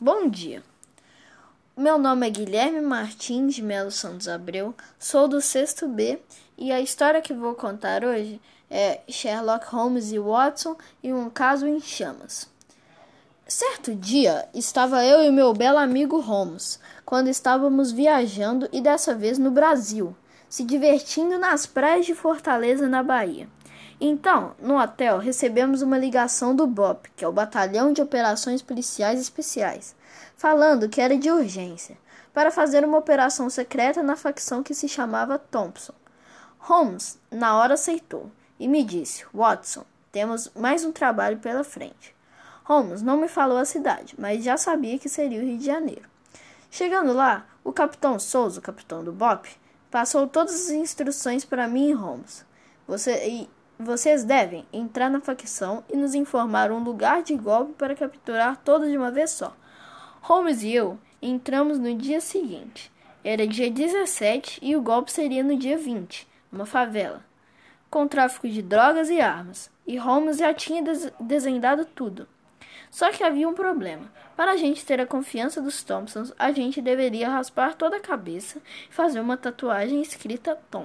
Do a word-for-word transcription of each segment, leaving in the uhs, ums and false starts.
Bom dia, meu nome é Guilherme Martins de Melo Santos Abreu, sou do sexto B e a história que vou contar hoje é Sherlock Holmes e Watson e um caso em chamas. Certo dia, estava eu e meu belo amigo Holmes, quando estávamos viajando e dessa vez no Brasil, se divertindo nas praias de Fortaleza, na Bahia. Então, no hotel, recebemos uma ligação do B O P, que é o Batalhão de Operações Policiais Especiais, falando que era de urgência, para fazer uma operação secreta na facção que se chamava Thompson. Holmes, na hora, aceitou e me disse: Watson, temos mais um trabalho pela frente. Holmes não me falou a cidade, mas já sabia que seria o Rio de Janeiro. Chegando lá, o capitão Souza, o capitão do B O P, passou todas as instruções para mim e Holmes. Você, e vocês devem entrar na facção e nos informar um lugar de golpe para capturar todos de uma vez só. Holmes e eu entramos no dia seguinte. Era dia dezessete e o golpe seria no dia vinte, uma favela, com tráfico de drogas e armas. E Holmes já tinha des- desvendado tudo. Só que havia um problema. Para a gente ter a confiança dos Thompsons, a gente deveria raspar toda a cabeça e fazer uma tatuagem escrita Tom.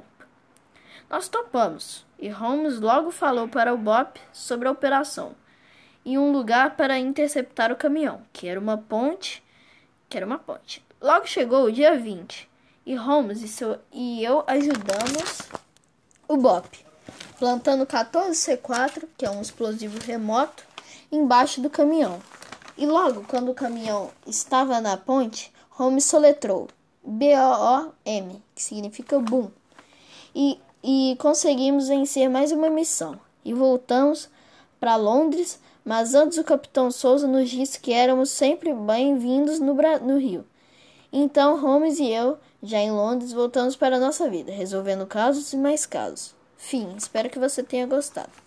Nós topamos, e Holmes logo falou para o B O P sobre a operação e um lugar para interceptar o caminhão, que era uma ponte, que era uma ponte. Logo chegou o dia vinte, e Holmes e, seu, e eu ajudamos o B O P, plantando quatorze C quatro, que é um explosivo remoto, embaixo do caminhão. E logo, quando o caminhão estava na ponte, Holmes soletrou B O O M, que significa boom. E, e conseguimos vencer mais uma missão. E voltamos para Londres, mas antes o capitão Souza nos disse que éramos sempre bem-vindos no, no Rio. Então Holmes e eu, já em Londres, voltamos para a nossa vida, resolvendo casos e mais casos. Fim, espero que você tenha gostado.